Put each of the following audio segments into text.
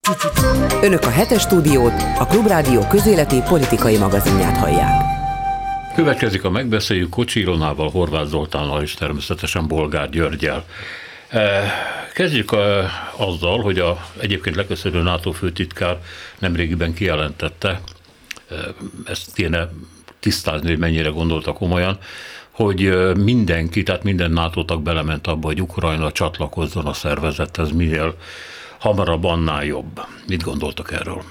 Önök a Hetes Stúdiót, a Klubrádió közéleti politikai magazinját hallják. Következik a megbeszéljük Kocsi Ilonával, Horváth Zoltánnal és természetesen Bolgár Györggyel. Kezdjük azzal, hogy egyébként legközelebbi NATO főtitkár nemrégiben kijelentette, ezt kéne tisztázni, hogy mennyire gondolta komolyan, hogy mindenki, tehát minden NATO tag belement abba, hogy Ukrajna csatlakozzon a szervezethez, minél hamarabb, annál jobb. Mit gondoltak erről?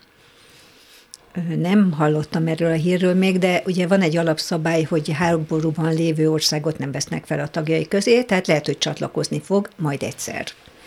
Nem hallottam erről a hírről még, de ugye van egy alapszabály, hogy háborúban lévő országot nem vesznek fel a tagjai közé, tehát lehet, hogy csatlakozni fog majd egyszer.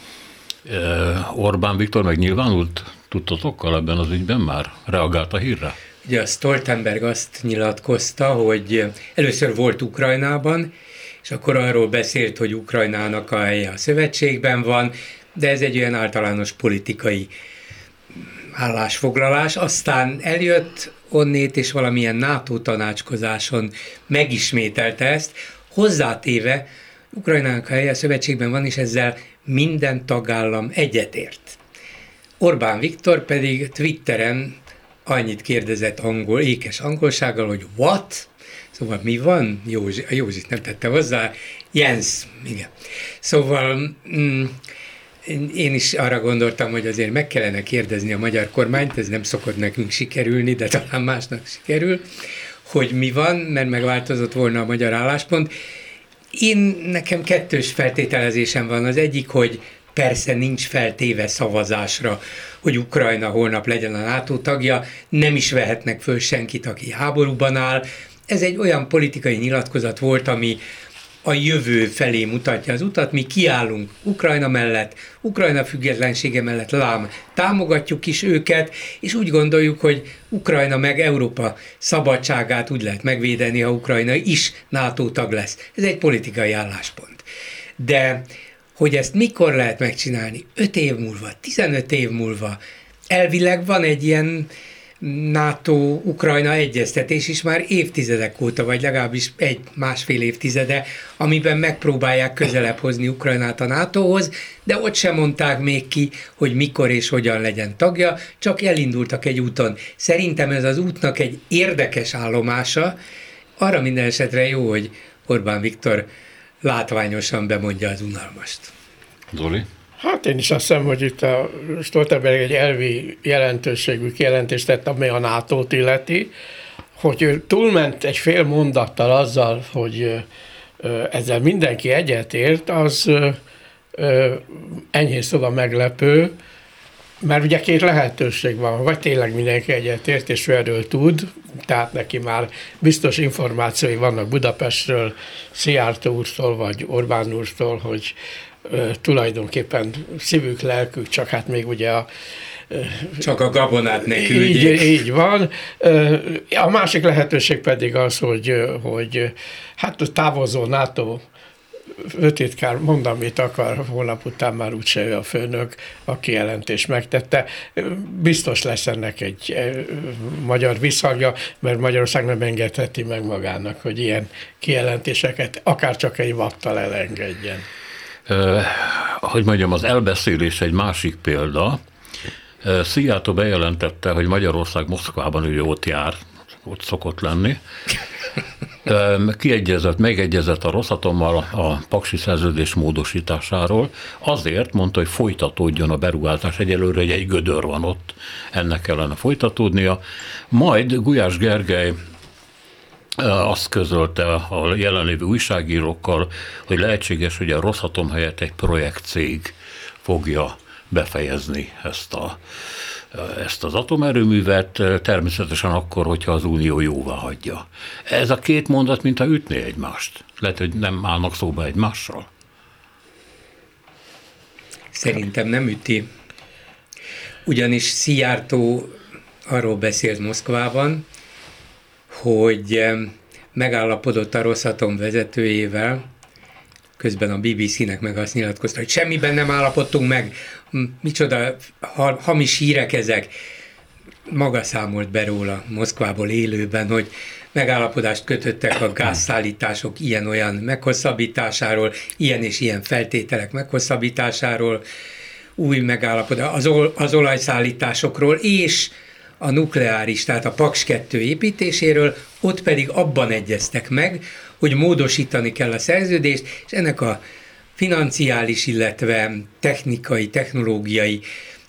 Orbán Viktor megnyilvánult tudtotokkal ebben az ügyben már? Reagált a hírre? Ugye a Stoltenberg azt nyilatkozta, hogy először volt Ukrajnában, és akkor arról beszélt, hogy Ukrajnának a helye a szövetségben van, de ez egy olyan általános politikai állásfoglalás. Aztán eljött onnét, és valamilyen NATO tanácskozáson megismételte ezt, hozzátéve Ukrajnának a helye a szövetségben van, és ezzel minden tagállam egyetért. Orbán Viktor pedig Twitteren annyit kérdezett ékes angolsággal, hogy what? Szóval mi van? Józsit nem tette hozzá. Jens, igen. Szóval én is arra gondoltam, hogy azért meg kellene kérdezni a magyar kormányt, ez nem szokott nekünk sikerülni, de talán másnak sikerül, hogy mi van, mert megváltozott volna a magyar álláspont. Nekem kettős feltételezésem van. Az egyik, hogy persze nincs feltéve szavazásra, hogy Ukrajna holnap legyen a NATO tagja, nem is vehetnek föl senkit, aki háborúban áll. Ez egy olyan politikai nyilatkozat volt, ami a jövő felé mutatja az utat, mi kiállunk Ukrajna mellett, Ukrajna függetlensége mellett, lám támogatjuk is őket, és úgy gondoljuk, hogy Ukrajna meg Európa szabadságát úgy lehet megvédeni, ha Ukrajna is NATO tag lesz. Ez egy politikai álláspont. De hogy ezt mikor lehet megcsinálni? 5 év múlva, 15 év múlva. Elvileg van egy ilyen NATO-Ukrajna egyeztetés is már évtizedek óta, vagy legalábbis 1-1,5 évtizede, amiben megpróbálják közelebb hozni Ukrajnát a NATO-hoz, de ott sem mondták még ki, hogy mikor és hogyan legyen tagja, csak elindultak egy úton. Szerintem ez az útnak egy érdekes állomása, arra minden esetre jó, hogy Orbán Viktor látványosan bemondja az unalmast. Zoli? Hát én is azt hiszem, hogy itt a Stoltenberg egy elvi jelentőségű kijelentést tett, ami a NATO-t illeti, hogy ő túlment egy fél mondattal azzal, hogy ezzel mindenki egyetért, az enyhén szóval meglepő, mert ugye 2 lehetőség van, vagy tényleg mindenki egyetért, és ő erről tud, tehát neki már biztos információi vannak Budapestről, Szijjártó úrtól, vagy Orbán úrtól, hogy tulajdonképpen szívük, lelkük, csak hát még ugye csak a gabonát ne küldjék. Így van. A másik lehetőség pedig az, hogy hát a távozó NATO főtitkár mond, amit akar, holnap után már úgyse ő a főnök, a kijelentést megtette. Biztos lesz ennek egy magyar visszhangja, mert Magyarország nem engedheti meg magának, hogy ilyen kijelentéseket akár csak egy vattal elengedjen. Hogy mondjam, az elbeszélés egy másik példa. Szijjártó bejelentette, hogy Magyarország Moszkvában ő ott jár, ott szokott lenni. Megegyezett a Rosatommal a paksi szerződés módosításáról. Azért mondta, hogy folytatódjon a beruházás. Egyelőre egy gödör van ott, ennek kellene folytatódnia. Majd Gulyás Gergely azt közölte a jelenlévő újságírókkal, hogy lehetséges, hogy a Rosatom helyett egy projektcég fogja befejezni ezt az atomerőművet, természetesen akkor, hogyha az Unió jóvá hagyja. Ez a 2 mondat, mintha ütné egymást. Lehet, hogy nem állnak szóba egymással? Szerintem nem üti. Ugyanis Szijjártó arról beszélt Moszkvában, hogy megállapodott a Rosatom vezetőjével, közben a BBC-nek meg azt nyilatkozta, hogy semmiben nem állapodtunk meg, micsoda hamis hírek ezek. Maga számolt be róla Moszkvából élőben, hogy megállapodást kötöttek a gázszállítások ilyen-olyan meghosszabbításáról, ilyen és ilyen feltételek meghosszabbításáról. új megállapodás az olajszállításokról és a nukleáris, tehát a Paks 2 építéséről, ott pedig abban egyeztek meg, hogy módosítani kell a szerződést, és ennek a financiális, illetve technikai, technológiai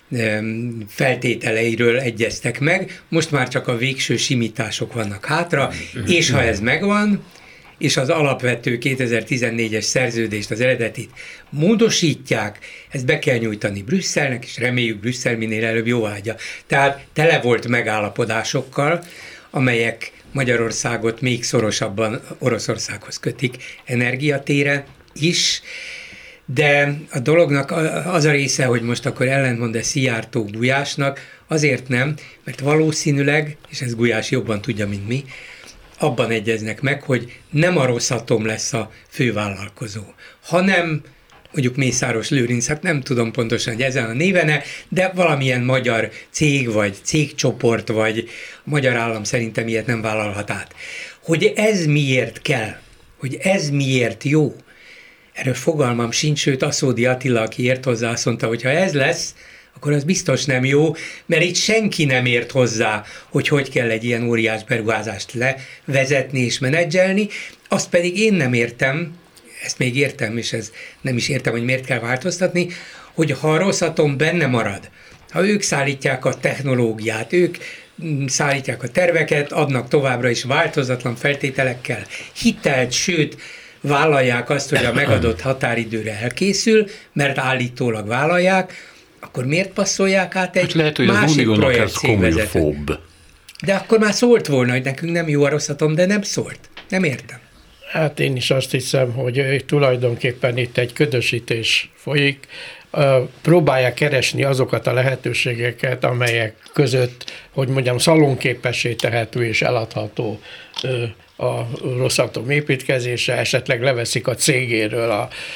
feltételeiről egyeztek meg, most már csak a végső simítások vannak hátra, és ha ez megvan, és az alapvető 2014-es szerződést, az eredetit módosítják, ezt be kell nyújtani Brüsszelnek, és reméljük Brüsszel minél előbb jóváhagyja. Tehát tele volt megállapodásokkal, amelyek Magyarországot még szorosabban Oroszországhoz kötik energiatéren is, de a dolognak az a része, hogy most akkor ellentmond-e Szijjártó Gulyásnak, azért nem, mert valószínűleg, és ez Gulyás jobban tudja, mint mi, abban egyeznek meg, hogy nem a Rosatom lesz a fővállalkozó, hanem mondjuk Mészáros Lőrinc, hát nem tudom pontosan, hogy ezen a névene, de valamilyen magyar cég, vagy cégcsoport, vagy a magyar állam szerintem ilyet nem vállalhat át. Hogy ez miért kell, hogy ez miért jó, erről fogalmam sincs, sőt Aszódi Attila, aki ért hozzá, azt mondta, hogy ha ez lesz, akkor az biztos nem jó, mert itt senki nem ért hozzá, hogy kell egy ilyen óriás beruházást levezetni és menedzselni, azt pedig én nem értem, ezt még értem, és ez nem is értem, hogy miért kell változtatni, hogy ha a Rosatom benne marad, ha ők szállítják a technológiát, ők szállítják a terveket, adnak továbbra is változatlan feltételekkel hitelt, sőt, vállalják azt, hogy a megadott határidőre elkészül, mert állítólag vállalják, akkor miért passzolják át egy lehet, hogy másik projekt cégvezetőt? De akkor már szólt volna, hogy nekünk nem jó a Rosatom, de nem szólt. Nem értem. Hát én is azt hiszem, hogy tulajdonképpen itt egy ködösítés folyik. Próbálják keresni azokat a lehetőségeket, amelyek között, hogy mondjam, szalonképessé tehető és eladható a Rosatom építkezése, esetleg leveszik a cégéről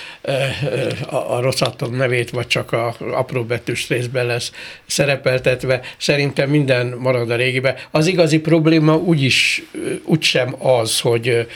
a Rosatom nevét, vagy csak a apróbetűs részben lesz szerepeltetve. Szerintem minden marad a régiben. Az igazi probléma úgysem az, hogy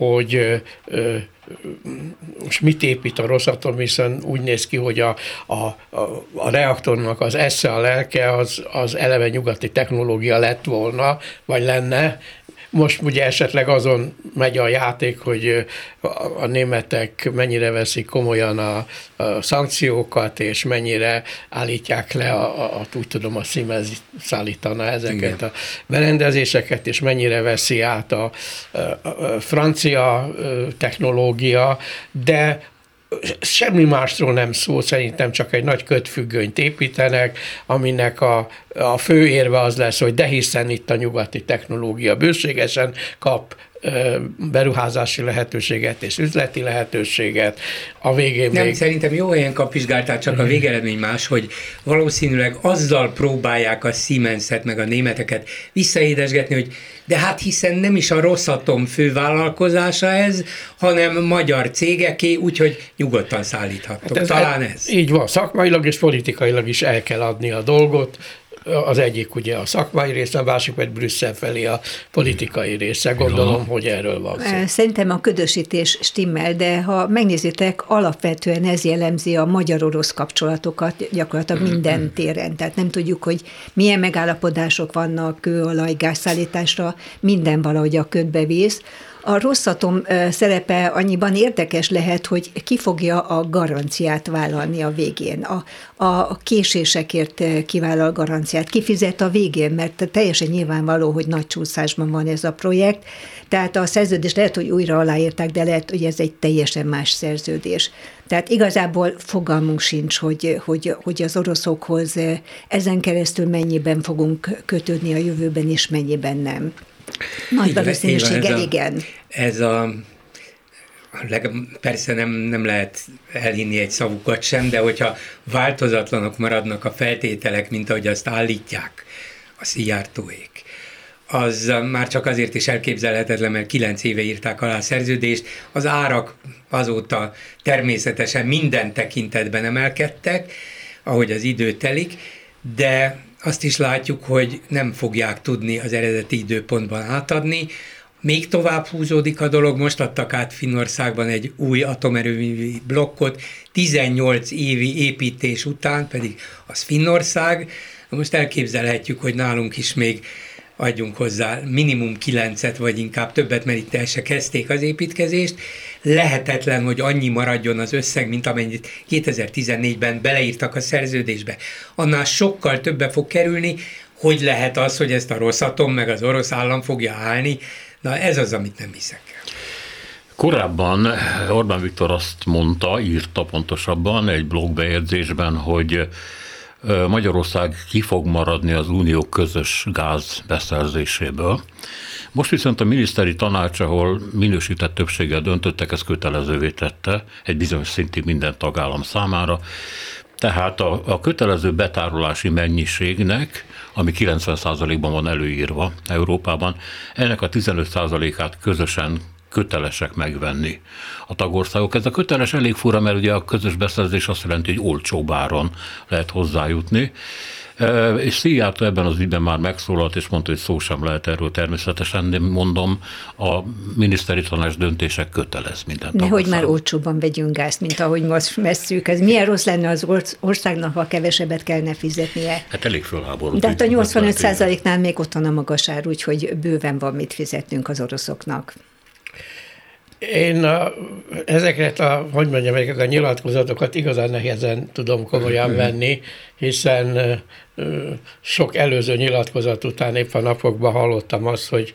most mit épít a Rosatom, hiszen úgy néz ki, hogy a reaktornak az esze, a lelke az eleve nyugati technológia lett volna, vagy lenne. Most ugye esetleg azon megy a játék, hogy a németek mennyire veszik komolyan a szankciókat, és mennyire állítják le, úgy tudom, a Siemens szállítana ezeket a berendezéseket, és mennyire veszi át a francia technológia, de semmi másról nem szól, szerintem csak egy nagy kötfüggönyt építenek, aminek a fő érve az lesz, hogy de hiszen itt a nyugati technológia bőségesen kap beruházási lehetőséget és üzleti lehetőséget. A végén nem, szerintem jó helyen kapvizsgálták, csak a végeredmény más, hogy valószínűleg azzal próbálják a Siemenset meg a németeket visszaédesgetni, hogy de hát hiszen nem is a Rosatom fővállalkozása ez, hanem magyar cégeké, úgyhogy nyugodtan szállíthattok. Hát talán ez. Így van, szakmailag és politikailag is el kell adni a dolgot. Az egyik ugye a szakmai része, a másik pedig Brüsszel felé a politikai része. Gondolom, hogy erről van szó. Szerintem a ködösítés stimmel, de ha megnézitek, alapvetően ez jellemzi a magyar-orosz kapcsolatokat gyakorlatilag minden téren. Tehát nem tudjuk, hogy milyen megállapodások vannak kőolaj, gázszállításra, minden valahogy a ködbe vész. A Rosatom szerepe annyiban érdekes lehet, hogy ki fogja a garanciát vállalni a végén. A késésekért kivállal garanciát, kifizet a végén, mert teljesen nyilvánvaló, hogy nagy csúszásban van ez a projekt. Tehát a szerződés lehet, hogy újra aláírták, de lehet, hogy ez egy teljesen más szerződés. Tehát igazából fogalmunk sincs, hogy az oroszokhoz ezen keresztül mennyiben fogunk kötődni a jövőben, és mennyiben nem. Nagy valószínűséggel igen. Persze nem lehet elhinni egy szavukat sem, de hogyha változatlanok maradnak a feltételek, mint ahogy azt állítják a Szijjártóék, az már csak azért is elképzelhetetlen, mert 9 éve írták alá a szerződést, az árak azóta természetesen minden tekintetben emelkedtek, ahogy az idő telik, de azt is látjuk, hogy nem fogják tudni az eredeti időpontban átadni, még tovább húzódik a dolog, most adtak át Finnországban egy új atomerőmű blokkot, 18 évi építés után, pedig az Finnország. Most elképzelhetjük, hogy nálunk is még adjunk hozzá minimum 9-et, vagy inkább többet, mert itt el se kezdték az építkezést. Lehetetlen, hogy annyi maradjon az összeg, mint amennyit 2014-ben beleírtak a szerződésbe. Annál sokkal többe fog kerülni. Hogy lehet az, hogy ezt a Rosatom meg az orosz állam fogja állni? Na ez az, amit nem hiszek el. Korábban Orbán Viktor azt mondta, írta pontosabban egy blogbejegyzésben, hogy Magyarország ki fog maradni az unió közös gáz beszerzéséből. Most viszont a miniszteri tanács, ahol minősített többséggel döntöttek, ezt kötelezővé tette egy bizonyos szintig minden tagállam számára. Tehát a kötelező betárolási mennyiségnek, ami 90%-ban van előírva Európában, ennek a 15%-át közösen kötelesek megvenni a tagországok. Ez a köteles elég fura, mert ugye a közös beszerzés azt jelenti, hogy olcsóbb áron lehet hozzájutni. És Szijjártó ebben az ügyben már megszólalt, és mondta, hogy szó sem lehet erről természetesen, de mondom, a miniszteri tanács döntések kötelez minden tagország. Nehogy már olcsóbban vegyünk gázt, mint ahogy most vesszük. Ez milyen rossz lenne az országnak, ha kevesebbet kellene fizetnie. Hát elég fölháborult. De hát a 85%-nál még ott van a magas ár, úgyhogy bőven van mit fizetnünk az oroszoknak. Én ezeket a nyilatkozatokat igazán nehezen tudom komolyan venni, hiszen sok előző nyilatkozat után épp a napokban hallottam azt, hogy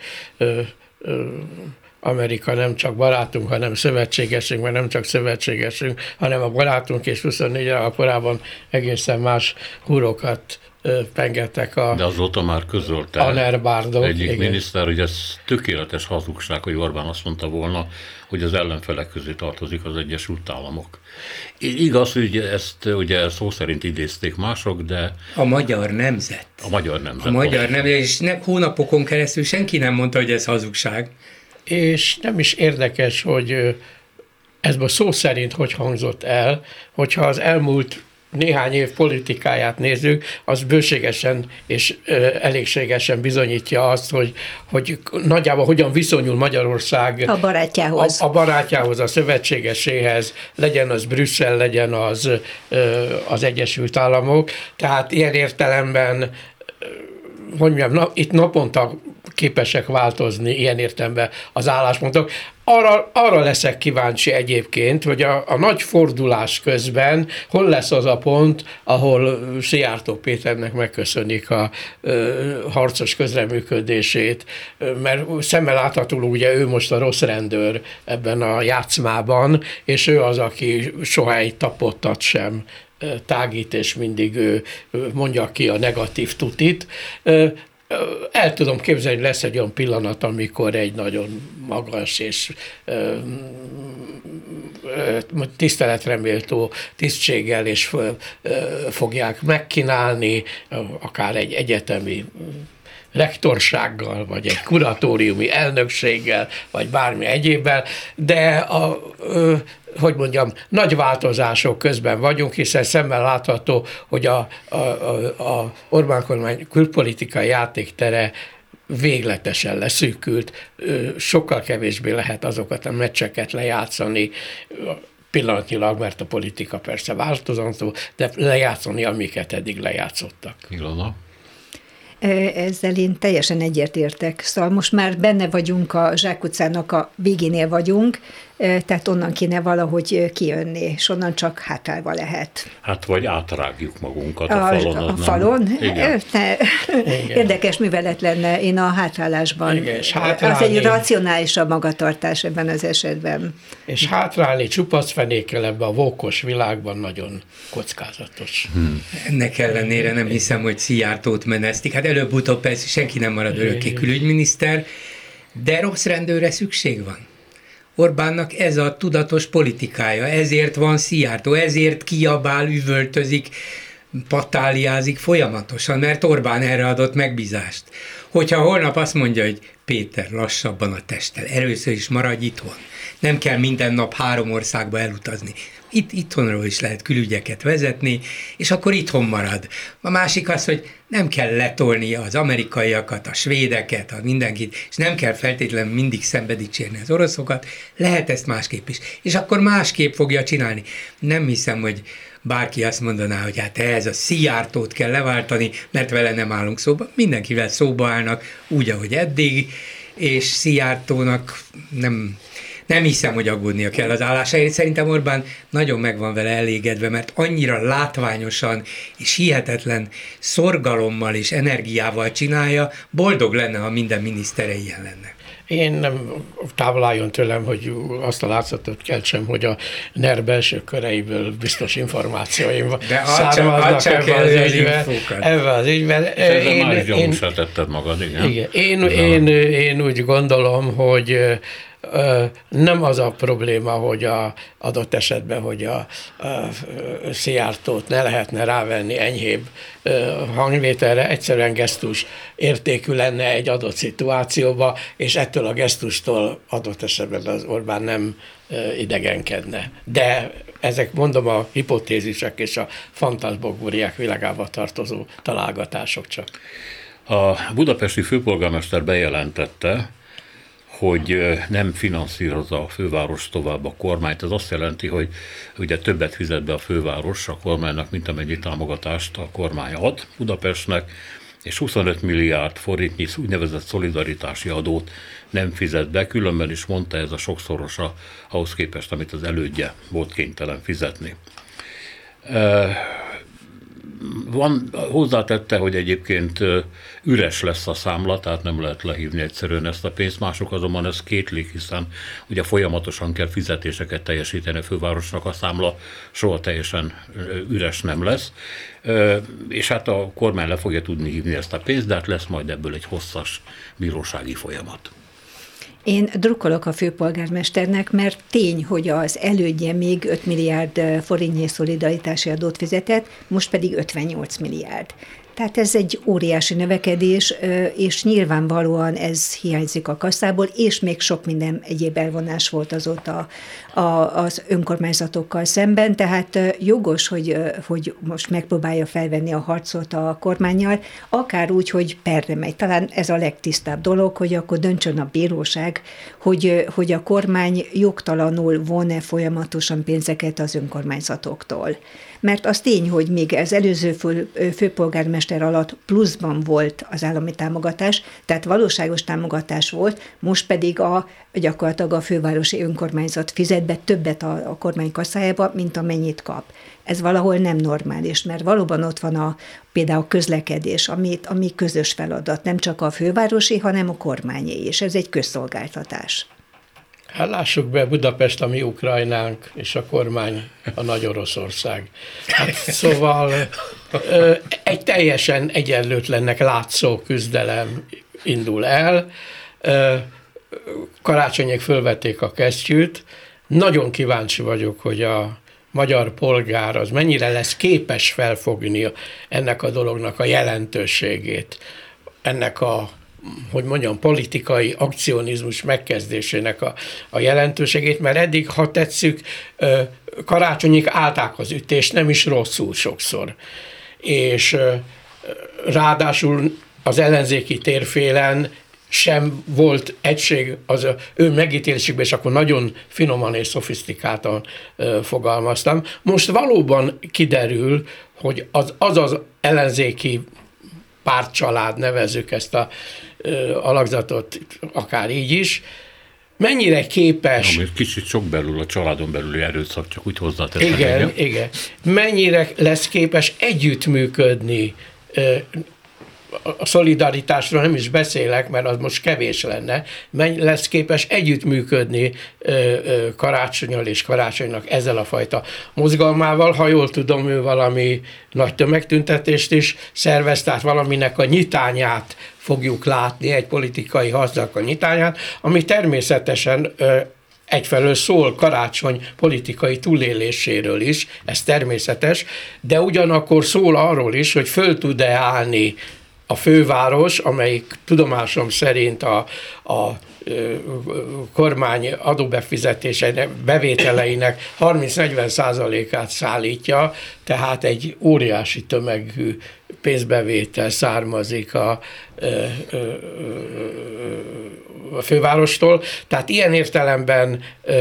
Amerika nem csak barátunk, hanem szövetségesünk, mert nem csak szövetségesünk, hanem a barátunk, és 24 évvel korábban egészen más húrokat pengettek de azóta már közölte egyik igen. miniszter, hogy ez tökéletes hazugság, hogy Orbán azt mondta volna, hogy az ellenfelek közé tartozik az Egyesült Államok. Igaz, hogy ezt ugye szó szerint idézték mások, de... A magyar nemzet. A magyar nemzet. A magyar nemzet, és hónapokon keresztül senki nem mondta, hogy ez hazugság. És nem is érdekes, hogy ez szó szerint hogy hangzott el, hogyha az elmúlt néhány év politikáját nézzük, az bőségesen és elégségesen bizonyítja azt, hogy nagyjából hogyan viszonyul Magyarország a barátjához. A barátjához, a szövetségeséhez, legyen az Brüsszel, legyen az Egyesült Államok. Tehát ilyen értelemben, hogy mondjam, itt naponta képesek változni ilyen értelemben az álláspontok. Arra leszek kíváncsi egyébként, hogy a nagy fordulás közben hol lesz az a pont, ahol Szijjártó Péternek megköszönik a harcos közreműködését, mert szemmel láthatólag ugye ő most a rossz rendőr ebben a játszmában, és ő az, aki soha egy tapottat sem tágít, és mindig ő mondja ki a negatív tutit. El tudom képzelni, hogy lesz egy olyan pillanat, amikor egy nagyon magas és tiszteletreméltó tisztséggel és fogják megkínálni, akár egy egyetemi rektorsággal, vagy egy kuratóriumi elnökséggel, vagy bármi egyébbel, de hogy mondjam, nagy változások közben vagyunk, hiszen szemmel látható, hogy a Orbán kormány külpolitikai játéktere végletesen leszűkült, sokkal kevésbé lehet azokat a meccseket lejátszani, pillanatnyilag, mert a politika persze változató, de lejátszani, amiket eddig lejátszottak. Ilona? Ezzel én teljesen egyetértek. Szóval most már benne vagyunk, a zsákutcának a végénél vagyunk, tehát onnan kéne valahogy kijönni, és onnan csak hátrálva lehet. Hát vagy átrágjuk magunkat a falon. A falon? Igen. Érdekes művelet lenne, én a hátrálásban. Igen, és az egy racionálisabb magatartás ebben az esetben. És hátrálni csupaszfenékkel ebben a vókos világban nagyon kockázatos. Ennek ellenére nem hiszem, hogy Szijjártót menesztik. Hát előbb-utóbb persze senki nem marad örökké külügyminiszter, de rossz rendőrre szükség van. Orbánnak ez a tudatos politikája, ezért van Szijjártó, ezért kiabál, üvöltözik, patáliázik folyamatosan, mert Orbán erre adott megbízást. Hogyha holnap azt mondja, hogy Péter, lassabban a testtel, először is maradj itthon, nem kell minden nap 3 országba elutazni. Itthonról is lehet külügyeket vezetni, és akkor itthon marad. A másik az, hogy nem kell letolni az amerikaiakat, a svédeket, a mindenkit, és nem kell feltétlenül mindig szenvedicsérni az oroszokat, lehet ezt másképp is. És akkor másképp fogja csinálni. Nem hiszem, hogy bárki azt mondaná, hogy hát ez a Szijjártót kell leváltani, mert vele nem állunk szóba. Mindenkivel szóba állnak úgy, ahogy eddig, és Szijjártónak nem hiszem, hogy aggódnia kell az állásáért. Szerintem Orbán nagyon meg van vele elégedve, mert annyira látványosan és hihetetlen szorgalommal és energiával csinálja, boldog lenne, ha minden minisztere ilyen lenne. Én nem távol álljon tőlem, hogy azt a látszatot keltsem, hogy a NER belső köreiből biztos információim származnak ebben az ügyben. Ezzel már is gyanúsra tetted magad, igen. Én úgy gondolom, hogy nem az a probléma, hogy adott esetben, hogy a Szijjártót ne lehetne rávenni enyhébb hangvételre, egyszerűen gesztus értékű lenne egy adott szituációba, és ettől a gesztustól adott esetben az Orbán nem idegenkedne. De ezek, mondom, a hipotézisek és a fantaszmagóriák világába tartozó találgatások csak. A budapesti főpolgármester bejelentette, hogy nem finanszírozza a főváros tovább a kormányt. Ez azt jelenti, hogy ugye többet fizet be a főváros a kormánynak, mint amennyi támogatást a kormány ad Budapestnek, és 25 milliárd forintnyi úgynevezett szolidaritási adót nem fizet be, különben is mondta, ez a sokszorosa ahhoz képest, amit az elődje volt kénytelen fizetni. Hozzátette, hogy egyébként üres lesz a számla, tehát nem lehet lehívni egyszerűen ezt a pénzt, mások azonban ezt kétlik, hiszen ugye folyamatosan kell fizetéseket teljesíteni a fővárosnak, a számla soha teljesen üres nem lesz, és hát a kormány le fogja tudni hívni ezt a pénzt, de hát lesz majd ebből egy hosszas bírósági folyamat. Én drukkolok a főpolgármesternek, mert tény, hogy az elődje még 5 milliárd forintnyi szolidaritási adót fizetett, most pedig 58 milliárd. Tehát ez egy óriási növekedés, és nyilvánvalóan ez hiányzik a kasszából, és még sok minden egyéb elvonás volt azóta az önkormányzatokkal szemben, tehát jogos, hogy most megpróbálja felvenni a harcot a kormánnyal, akár úgy, hogy perre megy. Talán ez a legtisztább dolog, hogy akkor döntsön a bíróság, hogy a kormány jogtalanul von-e folyamatosan pénzeket az önkormányzatoktól. Mert az tény, hogy még az előző főpolgármester alatt pluszban volt az állami támogatás, tehát valóságos támogatás volt, most pedig gyakorlatilag a fővárosi önkormányzat fizet be többet a kormány kasszájába, mint amennyit kap. Ez valahol nem normális, mert valóban ott van például a közlekedés, ami közös feladat, nem csak a fővárosi, hanem a kormányé is. Ez egy közszolgáltatás. Hát lássuk be, Budapest a mi Ukrajnánk, és a kormány a nagy Oroszország. Hát, szóval egy teljesen egyenlőtlennek látszó küzdelem indul el. Karácsonyék fölvették a kesztyűt. Nagyon kíváncsi vagyok, hogy a magyar polgár az mennyire lesz képes felfogni ennek a dolognak a jelentőségét, ennek politikai akcionizmus megkezdésének a jelentőségét, mert eddig, ha tetszük, Karácsonyig állták az ütést, nem is rosszul sokszor. És ráadásul az ellenzéki térfélen sem volt egység az ő megítélésükben, és akkor nagyon finoman és szofisztikáltan fogalmaztam. Most valóban kiderül, hogy az ellenzéki pártcsalád, nevezzük ezt a alakzatot, akár így is, mennyire képes... Kicsit sok belül a családon belüli erőszak, csak úgy hozzáteszem. Igen. Mennyire lesz képes együttműködni, a szolidaritásról nem is beszélek, mert az most kevés lenne, lesz képes együttműködni Karácsonnyal és Karácsonynak ezzel a fajta mozgalmával. Ha jól tudom, ő valami nagy tömegtüntetést is szervez, tehát valaminek a nyitányát fogjuk látni, egy politikai harcnak a nyitányát, ami természetesen egyfelől szól Karácsony politikai túléléséről is, ez természetes, de ugyanakkor szól arról is, hogy föl tud-e állni a főváros, amelyik tudomásom szerint a kormány bevételeinek 30-40%-át szállítja, tehát egy óriási tömegű pénzbevétel származik a fővárostól. Tehát ilyen értelemben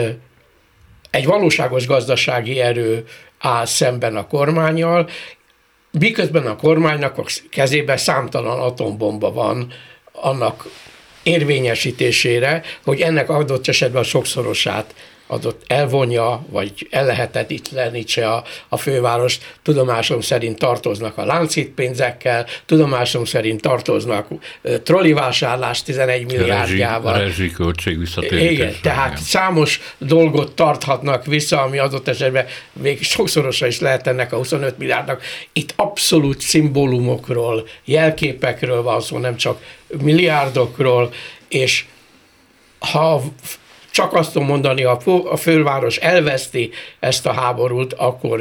egy valóságos gazdasági erő áll szemben a kormánnyal, miközben a kormánynak a kezében számtalan atombomba van annak érvényesítésére, hogy ennek adott esetben a sokszorosát elvonja, vagy ellehetetlenítse a fővárost. Tudomásom szerint tartoznak a láncít pénzekkel, tudomásom szerint tartoznak trollivásárlás 11 milliárdjával. A rezsiköltség visszatérítés. Igen, tehát számos dolgot tarthatnak vissza, ami adott esetben még sokszorosa is lehet ennek a 25 milliárdnak. Itt abszolút szimbólumokról, jelképekről van szó, nem csak milliárdokról, és ha csak azt tudom mondani, ha a főváros elveszti ezt a háborút,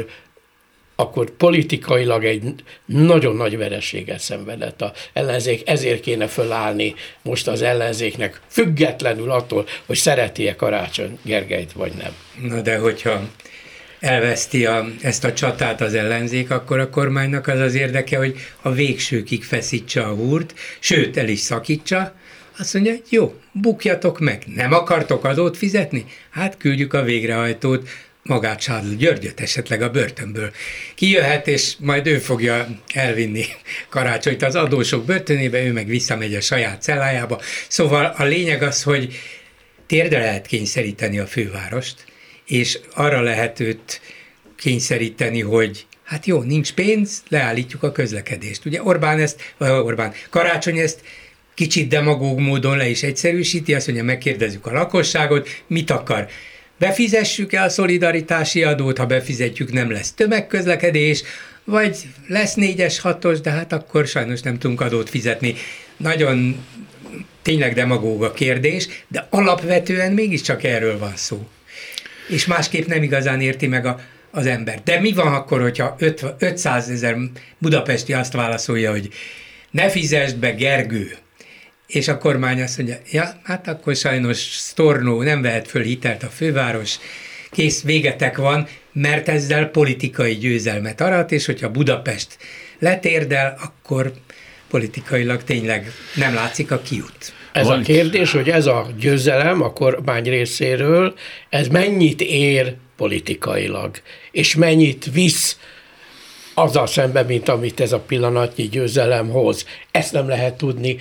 akkor politikailag egy nagyon nagy vereséget szenvedett az ellenzék, ezért kéne fölállni most az ellenzéknek, függetlenül attól, hogy szereti-e Karácsony Gergelyt, vagy nem. Na de hogyha elveszti ezt a csatát az ellenzék, akkor a kormánynak az érdeke, hogy a végsőkig feszítse a húrt, sőt, el is szakítsa. Azt mondja, jó, bukjatok meg, nem akartok adót fizetni? Hát küldjük a végrehajtót, magát Sádl Györgyöt esetleg a börtönből. Kijöhet, és majd ő fogja elvinni Karácsonyt az adósok börtönébe, ő meg visszamegy a saját cellájába. Szóval a lényeg az, hogy térdre lehet kényszeríteni a fővárost, és arra lehet őt kényszeríteni, hogy hát jó, nincs pénz, leállítjuk a közlekedést. Ugye Karácsony ezt kicsit demagóg módon le is egyszerűsíti, azt mondja, megkérdezzük a lakosságot, mit akar. Befizessük-e a szolidaritási adót, ha befizetjük, nem lesz tömegközlekedés, vagy lesz 4-es, 6-os, de hát akkor sajnos nem tudunk adót fizetni. Nagyon tényleg demagóg a kérdés, de alapvetően mégiscsak erről van szó. És másképp nem igazán érti meg az ember. De mi van akkor, hogyha 500 000 budapesti azt válaszolja, hogy ne fizesd be, Gergő, és a kormány azt mondja, ja, hát akkor sajnos sztornó, nem vehet föl hitelt a főváros, kész, végetek van, mert ezzel politikai győzelmet arat, és hogyha Budapest letérdel, akkor politikailag tényleg nem látszik a kiút. Ez a kérdés, hogy ez a győzelem a kormány részéről, ez mennyit ér politikailag, és mennyit visz azzal szemben, mint amit ez a pillanatnyi győzelem hoz. Ezt nem lehet tudni.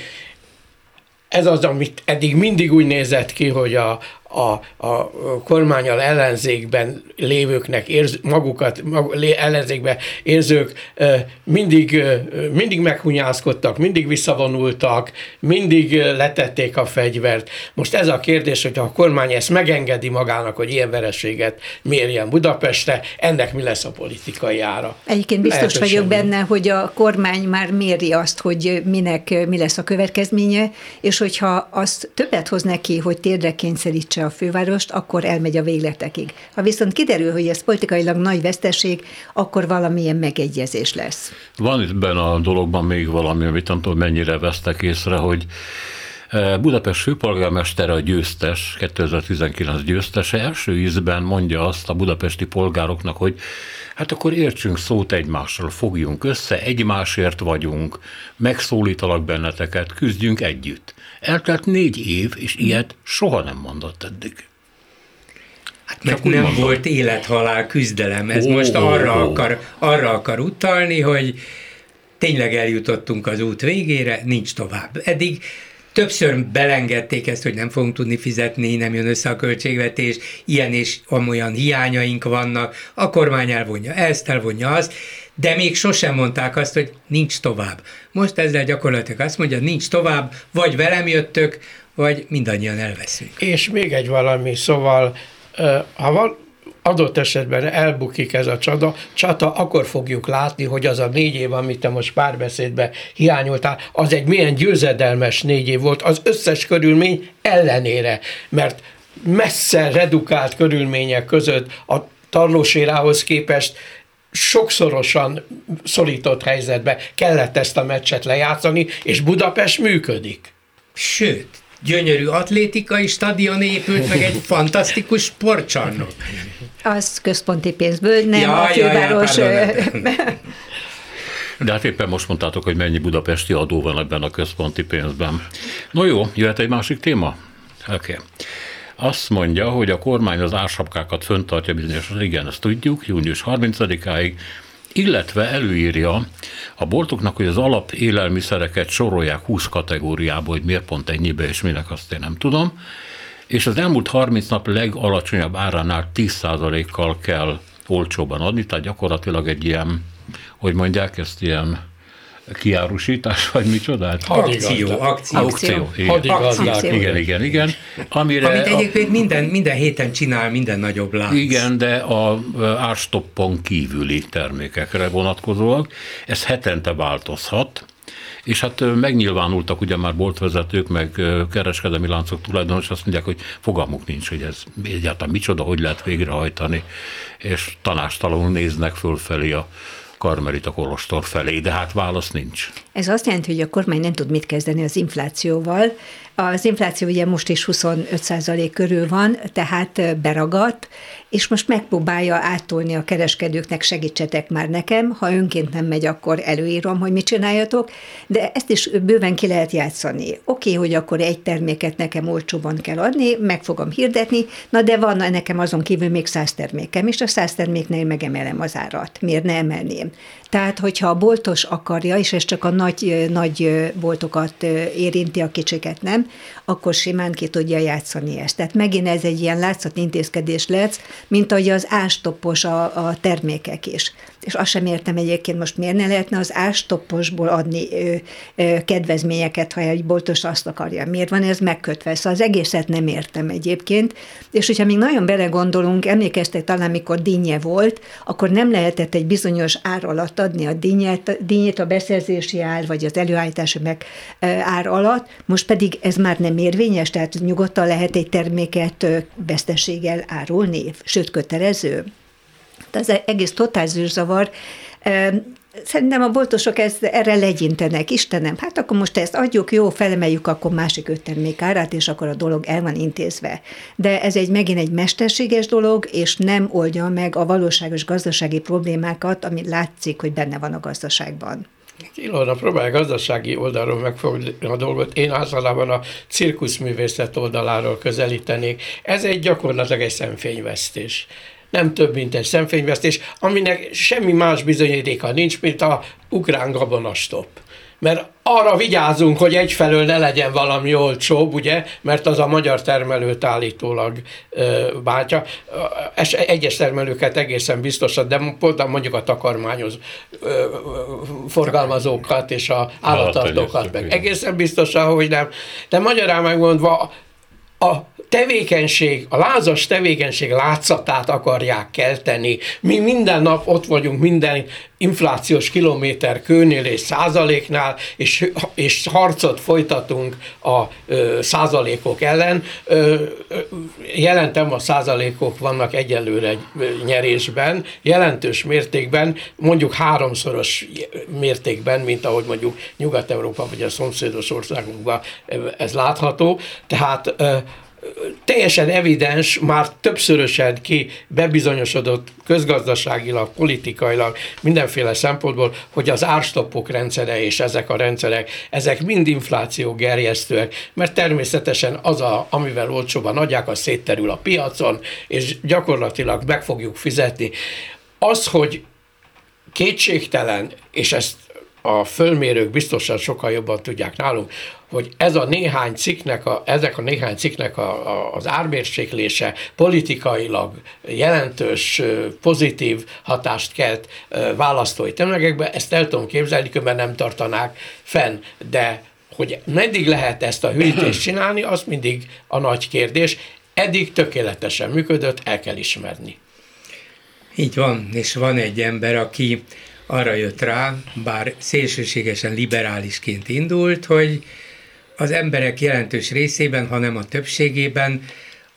Ez az, amit eddig mindig úgy nézett ki, hogy a kormánnyal ellenzékben lévőknek, ellenzékben érzők mindig meghunyászkodtak, mindig visszavonultak, mindig letették a fegyvert. Most ez a kérdés, hogy a kormány ezt megengedi magának, hogy ilyen vereséget mérjen Budapestre, ennek mi lesz a politikai ára? Egyébként biztos vagyok benne, hogy a kormány már méri azt, hogy mi lesz a következménye, és hogyha azt többet hoz neki, hogy térdre kényszerítse a fővárost, akkor elmegy a végletekig. Ha viszont kiderül, hogy ez politikailag nagy veszteség, akkor valamilyen megegyezés lesz. Van itt benne a dologban még valami, amit nem tudom, mennyire vesztek észre, hogy Budapest főpolgármestere a győztes, 2019 győztese, első ízben mondja azt a budapesti polgároknak, hogy hát akkor értsünk szót egymásról, fogjunk össze, egymásért vagyunk, megszólítalak benneteket, küzdjünk együtt. Eltelt 4 év, és ilyet soha nem mondott eddig. Hát mert nem mondom. Volt élethalál küzdelem. Ez most arra akar utalni, hogy tényleg eljutottunk az út végére, nincs tovább. Eddig többször belengedték ezt, hogy nem fogunk tudni fizetni, nem jön össze a költségvetés, ilyen és amolyan hiányaink vannak, a kormány elvonja ezt, elvonja azt, de még sosem mondták azt, hogy nincs tovább. Most ezzel gyakorlatilag azt mondja, nincs tovább, vagy velem jöttök, vagy mindannyian elveszünk. És még egy valami, szóval, ha van adott esetben elbukik ez a csata, akkor fogjuk látni, hogy az a 4 év, amit te most párbeszédben hiányoltál, az egy milyen győzedelmes 4 év volt az összes körülmény ellenére, mert messze redukált körülmények között a Tarlós-érához képest sokszorosan szorított helyzetbe kellett ezt a meccset lejátszani, és Budapest működik. Sőt, gyönyörű atlétikai stadion épült, meg egy fantasztikus sportcsarnok. Az központi pénzből, nem a főváros... De hát éppen most mondtátok, hogy mennyi budapesti adó van ebben a központi pénzben. No jó, jöhet egy másik téma? Oké. Azt mondja, hogy a kormány az ársapkákat föntartja bizonyosan, igen, ezt tudjuk, június 30-áig, illetve előírja a boltoknak, hogy az alap élelmiszereket sorolják 20 kategóriába, hogy miért pont ennyibe, és minek, azt én nem tudom. És az elmúlt 30 nap legalacsonyabb áránál 10%-kal kell olcsóban adni, tehát gyakorlatilag egy ilyen, hogy mondják ezt, ilyen kiárusítás, vagy micsoda? Akció. Igen. Amit egyébként minden héten csinál minden nagyobb lánc. Igen, de a árstoppon kívüli termékekre vonatkozóak. Ez hetente változhat, és hát megnyilvánultak ugye már boltvezetők, meg kereskedelmi láncok tulajdonos, azt mondják, hogy fogalmuk nincs, hogy ez egyáltalán micsoda, hogy lehet végrehajtani, és tanástalanul néznek fölfelé a Karmelita kolostor felé, de hát válasz nincs. Ez azt jelenti, hogy a kormány nem tud mit kezdeni az inflációval. Az infláció ugye most is 25% körül van, tehát beragadt, és most megpróbálja áttolni a kereskedőknek, segítsetek már nekem, ha önként nem megy, akkor előírom, hogy mit csináljatok, de ezt is bőven ki lehet játszani. Oké, hogy akkor egy terméket nekem olcsóban kell adni, meg fogom hirdetni, na de van nekem azon kívül még 100 termékem, és a 100 terméknél megemelem az árat. Miért ne emelném? Tehát, hogyha a boltos akarja, és ez csak a nagy boltokat érinti, a kicsiket nem, akkor simán ki tudja játszani ezt. Tehát megint ez egy ilyen látszatintézkedés lesz, mint ahogy az ástoppos a termékek is. És azt sem értem egyébként most, miért ne lehetne az ástopposból adni kedvezményeket, ha egy boltos azt akarja. Miért van ez megkötve? Szóval az egészet nem értem egyébként. És hogyha még nagyon belegondolunk, emlékeztek talán, mikor dinnye volt, akkor nem lehetett egy bizonyos ár alatt adni a dinnyét a beszerzési ár, vagy az előállítási ár alatt, most pedig ez már nem érvényes, tehát nyugodtan lehet egy terméket veszteséggel árulni, sőt kötelező. Ez egész totál zűrzavar. Szerintem a boltosok erre legyintenek. Istenem, hát akkor most ezt adjuk, jó, felemeljük akkor másik 5 termék árát, és akkor a dolog el van intézve. De ez megint egy mesterséges dolog, és nem oldja meg a valóságos gazdasági problémákat, ami látszik, hogy benne van a gazdaságban. Ilona, próbálj gazdasági oldalról megfogni a dolgot. Én általában a cirkuszművészet oldaláról közelítenék. Ez gyakorlatilag egy szemfényvesztés. Nem több, mint egy szemfényvesztés, aminek semmi más bizonyítéka nincs, mint a ukrán gabonastop. Mert arra vigyázunk, hogy egyfelől ne legyen valami olcsóbb, ugye, mert az a magyar termelőt állítólag bántja. Egyes termelőket egészen biztosan, de mondjuk a takarmányos forgalmazókat és az állattartókat meg egészen biztosan, hogy nem. De magyarán megmondva, a tevékenység, a lázas tevékenység látszatát akarják kelteni. Mi minden nap ott vagyunk minden inflációs kilométer kőnél és százaléknál, és harcot folytatunk a százalékok ellen. Jelentem, a százalékok vannak egyelőre nyerésben, jelentős mértékben, mondjuk 3-szoros mértékben, mint ahogy mondjuk Nyugat-Európa vagy a szomszédos országokban ez látható. Tehát teljesen evidens, már többszörösen bebizonyosodott közgazdaságilag, politikailag, mindenféle szempontból, hogy az árstoppok rendszere és ezek a rendszerek, ezek mind inflációgerjesztőek, mert természetesen az, amivel olcsóban adják, az szétterül a piacon, és gyakorlatilag meg fogjuk fizetni. Az, hogy kétségtelen, és ezt a fölmérők biztosan sokkal jobban tudják nálunk, hogy ezek a néhány cikknek az ármérséklése politikailag jelentős pozitív hatást kelt választói tömegekbe, ezt el tudom képzelni, mert nem tartanák fenn, de hogy meddig lehet ezt a hűítést csinálni, az mindig a nagy kérdés. Eddig tökéletesen működött, el kell ismerni. Így van, és van egy ember, aki arra jött rá, bár szélsőségesen liberálisként indult, hogy az emberek jelentős részében, hanem a többségében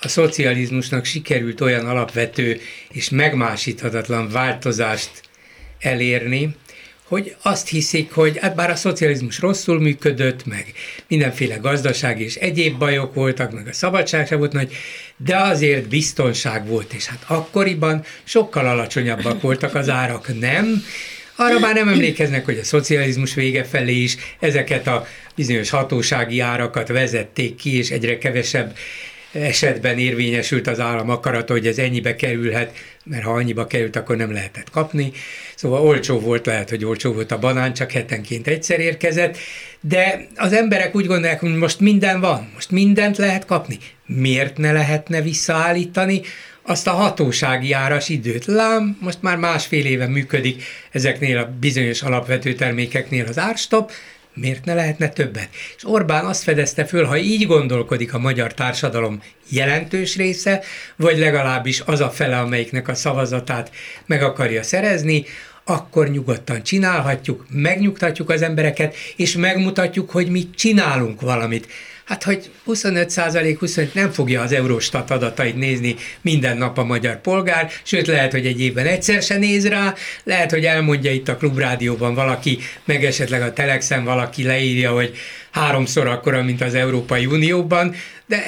a szocializmusnak sikerült olyan alapvető és megmásíthatatlan változást elérni, hogy azt hiszik, hogy hát bár a szocializmus rosszul működött, meg mindenféle gazdasági és egyéb bajok voltak, meg a szabadság sem volt nagy, de azért biztonság volt, és hát akkoriban sokkal alacsonyabbak voltak az árak, nem? Arra már nem emlékeznek, hogy a szocializmus vége felé is ezeket a bizonyos hatósági árakat vezették ki, és egyre kevesebb esetben érvényesült az állam akarata, hogy ez ennyibe kerülhet, mert ha annyiba került, akkor nem lehetett kapni. Szóval olcsó volt, lehet, hogy olcsó volt a banán, csak hetenként egyszer érkezett, de az emberek úgy gondolják, hogy most minden van, most mindent lehet kapni. Miért ne lehetne visszaállítani azt a hatósági áras időt? Lám, most már másfél éve működik ezeknél a bizonyos alapvető termékeknél az árstop, miért ne lehetne többet? És Orbán azt fedezte föl, ha így gondolkodik a magyar társadalom jelentős része, vagy legalábbis az a fele, amelyiknek a szavazatát meg akarja szerezni, akkor nyugodtan csinálhatjuk, megnyugtatjuk az embereket, és megmutatjuk, hogy mi csinálunk valamit. Hát, hogy 25% nem fogja az Eurostat adatait nézni minden nap a magyar polgár, sőt, lehet, hogy egy évben egyszer se néz rá, lehet, hogy elmondja itt a Klubrádióban valaki, meg esetleg a Telexen valaki leírja, hogy 3-szor akkora, mint az Európai Unióban, de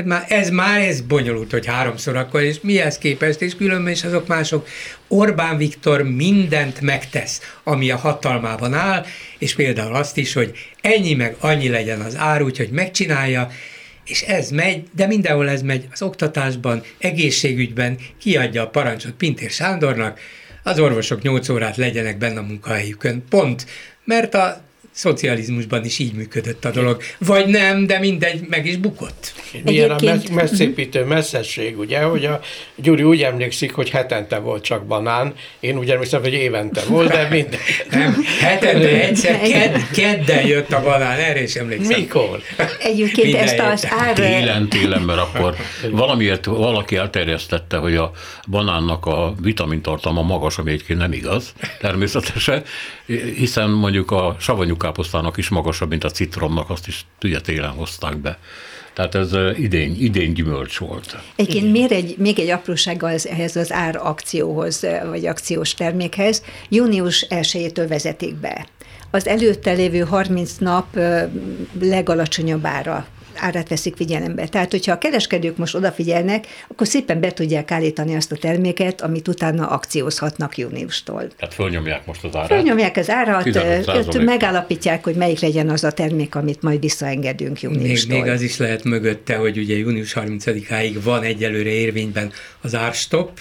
ez bonyolult, hogy 3-szor akkor, és mihez képest, és különben is azok mások. Orbán Viktor mindent megtesz, ami a hatalmában áll, és például azt is, hogy ennyi meg annyi legyen az ár, úgyhogy megcsinálja, és ez megy, de mindenhol ez megy, az oktatásban, egészségügyben kiadja a parancsot Pintér Sándornak, az orvosok 8 órát legyenek benne a munkahelyükön. Pont, mert a szocializmusban is így működött a dolog. Vagy nem, de mindegy, meg is bukott. Milyen a messzépítő messzesség, ugye, hogy a Gyuri úgy emlékszik, hogy hetente volt csak banán, én úgy emlékszem, hogy évente volt, de minden. Nem, hetente egyszer, kedden jött a banán, erre is emlékszem. Mikor? Egyébként ezt az Télen, mert akkor valamiért valaki elterjesztette, hogy a banánnak a vitamintartalma magas, ami egyébként nem igaz, természetesen, hiszen mondjuk a savanyú káposztának is magasabb, mint a citromnak, azt is ugye télen hozták be. Tehát ez idén gyümölcs volt. Egyébként még egy aprósággal ehhez az árakcióhoz, vagy akciós termékhez, június 1-től vezetik be. Az előtte lévő 30 nap legalacsonyabb árát veszik figyelembe. Tehát, hogyha a kereskedők most odafigyelnek, akkor szépen be tudják állítani azt a terméket, amit utána akciózhatnak júniustól. Tehát fölnyomják most az árat? Fölnyomják az árat, megállapítják, hogy melyik legyen az a termék, amit majd visszaengedünk júniustól. Még az is lehet mögötte, hogy ugye június 30-áig van egyelőre érvényben az árstop,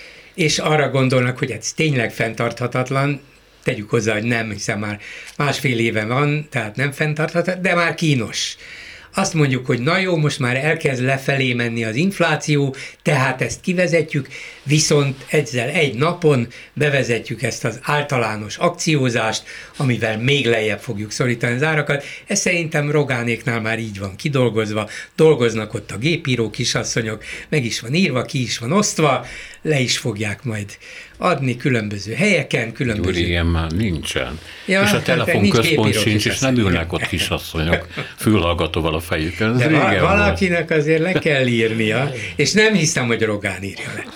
és arra gondolnak, hogy ez tényleg fenntarthatatlan, tegyük hozzá, hogy nem, hiszen már másfél éve van, tehát nem fenntarthatatlan, de már kínos. Azt mondjuk, hogy na jó, most már elkezd lefelé menni az infláció, tehát ezt kivezetjük, viszont ezzel egy napon bevezetjük ezt az általános akciózást, amivel még lejjebb fogjuk szorítani az árakat. Ez szerintem Rogánéknál már így van kidolgozva, dolgoznak ott a gépíró kisasszonyok, meg is van írva, ki is van osztva, le is fogják majd adni különböző helyeken, különböző... Gyuri, ilyen már nincsen. Ja, és a telefonközpont sincs, és nem ülnek ott kisasszonyok fülhallgatóval a fejükön. De valakinek azért le kell írnia, és nem hiszem, hogy Rogán írja le.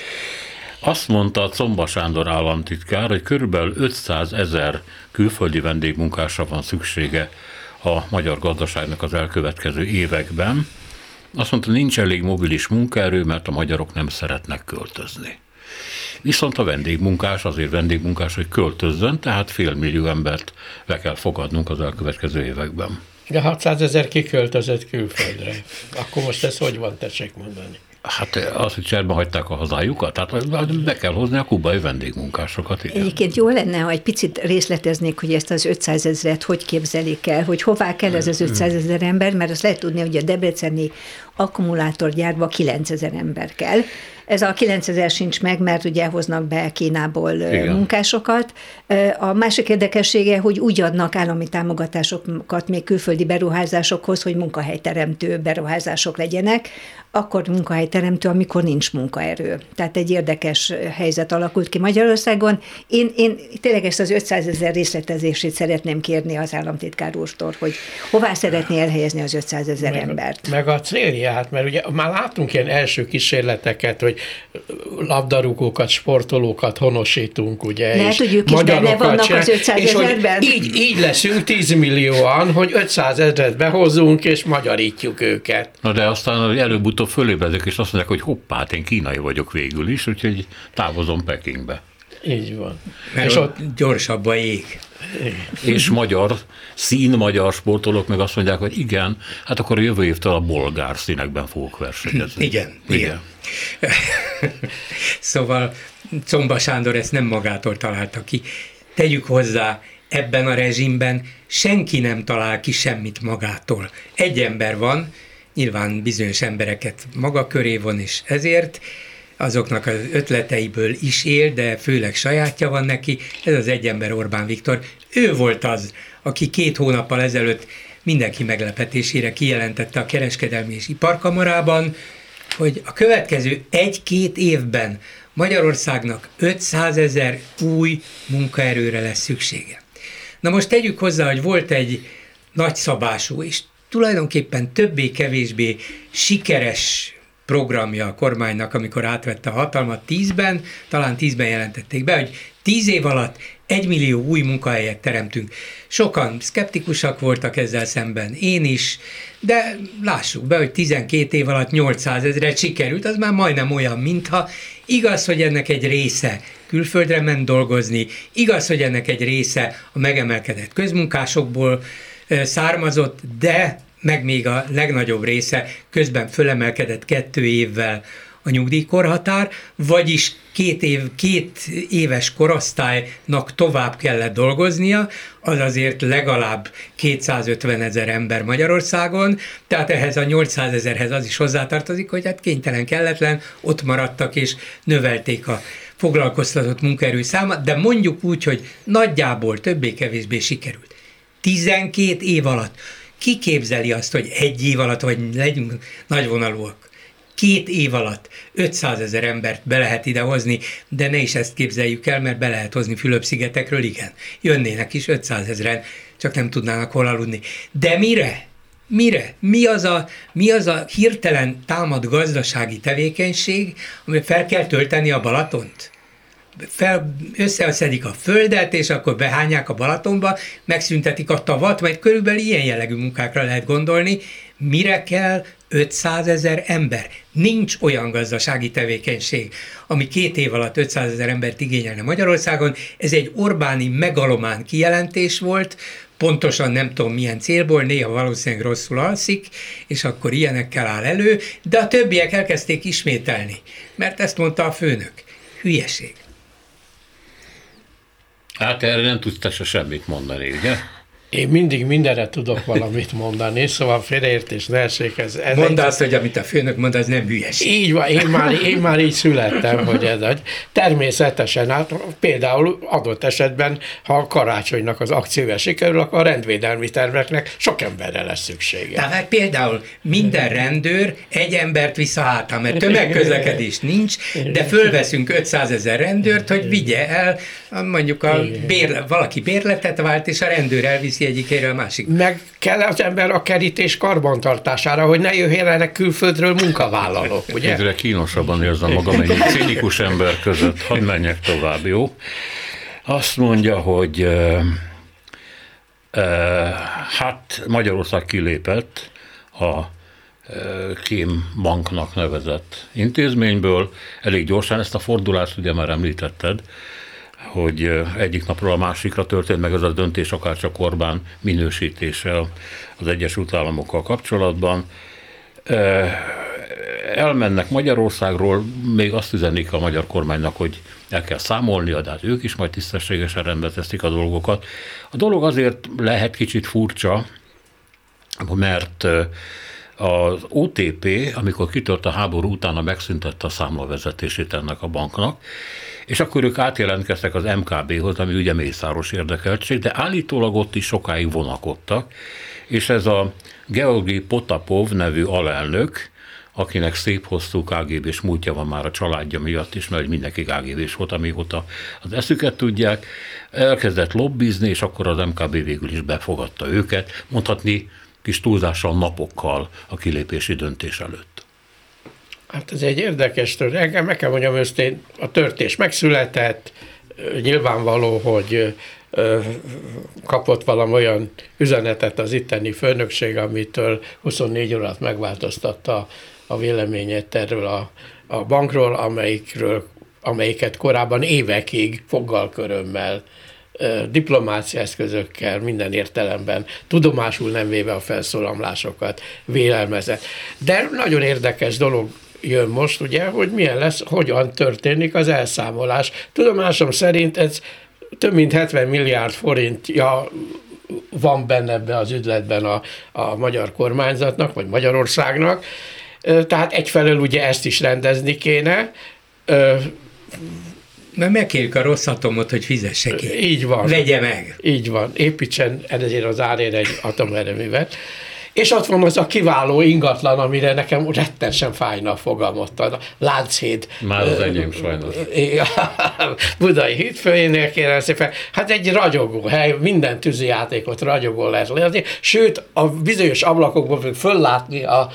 Azt mondta a Czomba Sándor államtitkár, hogy körülbelül 500 000 külföldi vendégmunkásra van szüksége a magyar gazdaságnak az elkövetkező években. Azt mondta, nincs elég mobilis munkaerő, mert a magyarok nem szeretnek költözni. Viszont a vendégmunkás azért vendégmunkás, hogy költözzön, tehát 500 000 embert be kell fogadnunk az elkövetkező években. De 600 000 kiköltözött külföldre. Akkor most ez hogy van, tessék mondani? Hát az, hogy cserben hagyták a hazájukat, tehát be kell hozni a kubai vendégmunkásokat. Igen. Egyébként jó lenne, ha egy picit részleteznék, hogy ezt az 500 000-et hogy képzelik el, hogy hová kell ez az 500 000 ember, mert azt lehet tudni, hogy a debreceni akkumulátorgyárba 9 000 ember kell, Ez a 9000 sincs meg, mert ugye hoznak be Kínából munkásokat. A másik érdekessége, hogy úgy adnak állami támogatásokat még külföldi beruházásokhoz, hogy munkahelyteremtő beruházások legyenek, akkor munkahelyteremtő, amikor nincs munkaerő. Tehát egy érdekes helyzet alakult ki Magyarországon. Én tényleg ezt az 500 000 részletezését szeretném kérni az államtitkár úrtól, hogy hová szeretné elhelyezni az 500 000 embert. Meg a célját, mert ugye már látunk ilyen első kísérleteket, hogy labdarúgókat, sportolókat honosítunk, ugye, ne, és tudjuk is, benne vannak az 500 000-ben. Így leszünk 10 millióan, hogy 500 000-et behozunk, és magyarítjuk őket. Na de aztán előbb-utóbb fölébredek, és azt mondják, hogy hoppá, én kínai vagyok végül is, úgyhogy távozom Pekingbe. Így van. Mert és ott gyorsabb a ég. És magyar sportolók meg azt mondják, hogy igen, hát akkor a jövő évtől a bolgár színekben fogok versenyezni. Igen. Szóval Czomba Sándor ezt nem magától találta ki. Tegyük hozzá, ebben a rezsimben senki nem talál ki semmit magától. Egy ember van, nyilván bizonyos embereket maga köré von, és ezért azoknak az ötleteiből is él, de főleg sajátja van neki, ez az egy ember Orbán Viktor. Ő volt az, aki 2 hónappal ezelőtt mindenki meglepetésére kijelentette a Kereskedelmi és Iparkamarában, hogy a következő 1-2 évben Magyarországnak 500 000 új munkaerőre lesz szüksége. Na most tegyük hozzá, hogy volt egy nagyszabású és tulajdonképpen többé-kevésbé sikeres programja a kormánynak, amikor átvette a hatalmat 10-ben, talán 10-ben jelentették be, hogy 10 év alatt 1 millió új munkahelyet teremtünk. Sokan szkeptikusak voltak ezzel szemben, én is, de lássuk be, hogy 12 év alatt 800 000-et sikerült, az már majdnem olyan, mintha igaz, hogy ennek egy része külföldre ment dolgozni, igaz, hogy ennek egy része a megemelkedett közmunkásokból származott, de meg még a legnagyobb része közben fölemelkedett 2 évvel a nyugdíjkorhatár, vagyis 2 éves korosztálynak tovább kellett dolgoznia, az azért legalább 250 000 ember Magyarországon, tehát ehhez a 800 000-hez az is hozzátartozik, hogy hát kénytelen, kelletlen, ott maradtak és növelték a foglalkoztatott munkaerő számát, de mondjuk úgy, hogy nagyjából többé-kevésbé sikerült. 12 év alatt. Ki képzeli azt, hogy 1 év alatt, vagy legyünk nagyvonalúak, 2 év alatt 500 000 embert be lehet idehozni, de ne is ezt képzeljük el, mert be lehet hozni Fülöp-szigetekről, igen. Jönnének is 500 000-en, csak nem tudnának hol aludni. De mire? Mi az a hirtelen támad gazdasági tevékenység, ami fel kell tölteni a Balatont? Összeszedik a földet, és akkor behányják a Balatonba, megszüntetik a tavat, majd körülbelül ilyen jellegű munkákra lehet gondolni. Mire kell 500 000 ember? Nincs olyan gazdasági tevékenység, ami 2 év alatt 500 000 embert igényelne Magyarországon. Ez egy Orbáni megalomán kijelentés volt, pontosan nem tudom milyen célból, néha valószínűleg rosszul alszik, és akkor ilyenekkel áll elő, de a többiek elkezdték ismételni, mert ezt mondta a főnök. Hülyeség. Hát erre nem tudsz te se semmit mondani, ugye? Én mindig mindenre tudok valamit mondani, szóval félreértés ne essék. Mondd azt, hogy amit a főnök mond, az nem hülyeség. Így van, én már így születtem, hogy ez egy. Természetesen, hát például adott esetben, ha a Karácsonynak az akciója sikerül, akkor a rendvédelmi terveknek sok emberre lesz szüksége. Tehát például minden rendőr 1 embert visz a hátán, mert tömegközlekedés nincs, de fölveszünk 500 000 rendőrt, hogy vigye el, mondjuk valaki bérletet vált, és a rendőr elviszi egyik helyről a másik. Meg kell az ember a kerítés karbantartására, hogy ne jöjjenek külföldről munkavállalók, ugye? Egyre kínosabban érzem magam egy cinikus ember között. Hadd menjek tovább, jó? Azt mondja, hogy hát Magyarország kilépett a Kém banknak nevezett intézményből. Elég gyorsan ezt a fordulást ugye már említetted, hogy egyik napról a másikra történt meg ez a döntés, akárcsak Orbán minősítése az Egyesült Államokkal kapcsolatban. Elmennek Magyarországról, még azt üzenik a magyar kormánynak, hogy el kell számolnia, de hát ők is majd tisztességesen rendbe teszik a dolgokat. A dolog azért lehet kicsit furcsa, mert Az OTP, amikor kitört a háború utána, megszüntette a számlavezetését ennek a banknak, és akkor ők átjelentkeztek az MKB-hoz, ami ugye mészáros érdekeltség, de állítólag ott is sokáig vonakodtak, és ez a Georgi Potapov nevű alelnök, akinek szép hosszú KGB-s múltja van már a családja miatt is, mert mindenki KGB-s volt, amióta az eszüket tudják, elkezdett lobbizni, és akkor az MKB végül is befogadta őket, mondhatni kis túlzással napokkal a kilépési döntés előtt. Hát ez egy érdekes történet. Meg kell mondjam őszintén, a történet megszületett, nyilvánvaló, hogy kapott valami olyan üzenetet az itteni főnökség, amitől 24 órát megváltoztatta a véleményét erről a bankról, amelyiket korábban évekig foggal-körömmel, diplomácia eszközökkel, minden értelemben tudomásul nem véve a felszólalásokat vélelmezett. De nagyon érdekes dolog jön most, ugye, hogy milyen lesz, hogyan történik az elszámolás. Tudomásom szerint ez több mint 70 milliárd forintja van benne ebbe az ügyletben a magyar kormányzatnak, vagy Magyarországnak. Tehát egyfelől ugye ezt is rendezni kéne. Mert megkérjük a Rosszatomot, hogy fizesse ki. Így van. Vegye meg. Így van. Építsen ezért az árért egy atomerőművet. És ott van az a kiváló ingatlan, amire nekem rettenesen fájna a fogalmat, a Lánchíd. Már az enyém sajnos. Budai hídfőjénél kérem szépen. Hát egy ragyogó hely, minden tűzijátékot ragyogó lehet lenni. Sőt, a bizonyos ablakokból fog föllátni a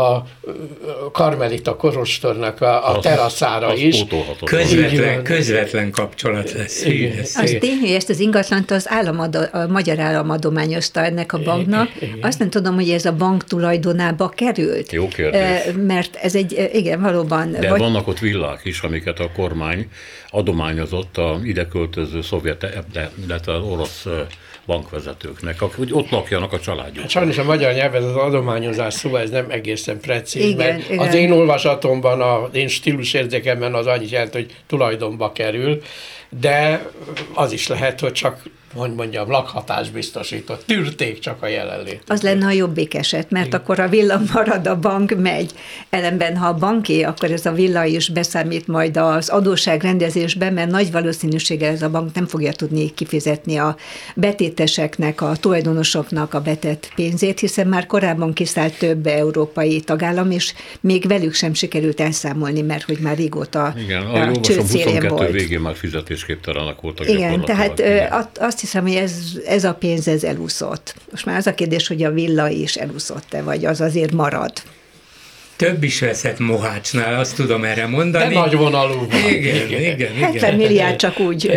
Karmelita Kolostornak a teraszára is. Közvetlen kapcsolat lesz. Az tény, hogy ezt az ingatlant az a magyar állam adományozta ennek a banknak. Azt nem tudom, hogy ez a bank tulajdonába került. Jó kérdés. Mert ez igen, valóban. De vannak ott villák is, amiket a kormány adományozott a ide költöző szovjet, illetve az orosz bankvezetőknek, hogy ott lakjanak a családjuk. Hát sajnos a magyar nyelven az adományozás szóval ez nem egészen precíz, igen, mert az én olvasatomban, az én stílusérzékemben az annyit jelent, hogy tulajdonba kerül, de az is lehet, hogy csak, hogy mondjam, lakhatás biztosított, tűrték csak a jelenlét. Az lenne a jobbik eset, mert akkor a villa marad, a bank megy. Ellenben, ha a banké, akkor ez a villa is beszámít majd az adósságrendezésben, mert nagy valószínűséggel ez a bank nem fogja tudni kifizetni a betéteseknek, a tulajdonosoknak a betett pénzét, hiszen már korábban kiszállt több európai tagállam, és még velük sem sikerült elszámolni, mert hogy már régóta csőd szélén volt. Végén már fizetésképtelenek voltak. Igen, tehát azt hiszem, hogy ez a pénz ez elúszott. Most már az a kérdés, hogy a villa is elúszott-e, vagy az azért marad. Több is veszett Mohácsnál, azt tudom erre mondani. De nagy vonalú van. Igen. 70 milliárd csak úgy.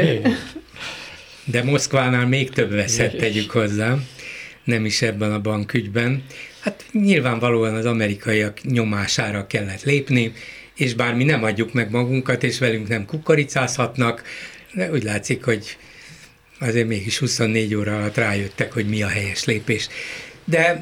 De Moszkvánál még több veszett, tegyük hozzá. Nem is ebben a bankügyben. Hát nyilvánvalóan az amerikaiak nyomására kellett lépni, és bár mi nem adjuk meg magunkat, és velünk nem kukoricázhatnak, de úgy látszik, hogy azért mégis 24 óra alatt rájöttek, hogy mi a helyes lépés. De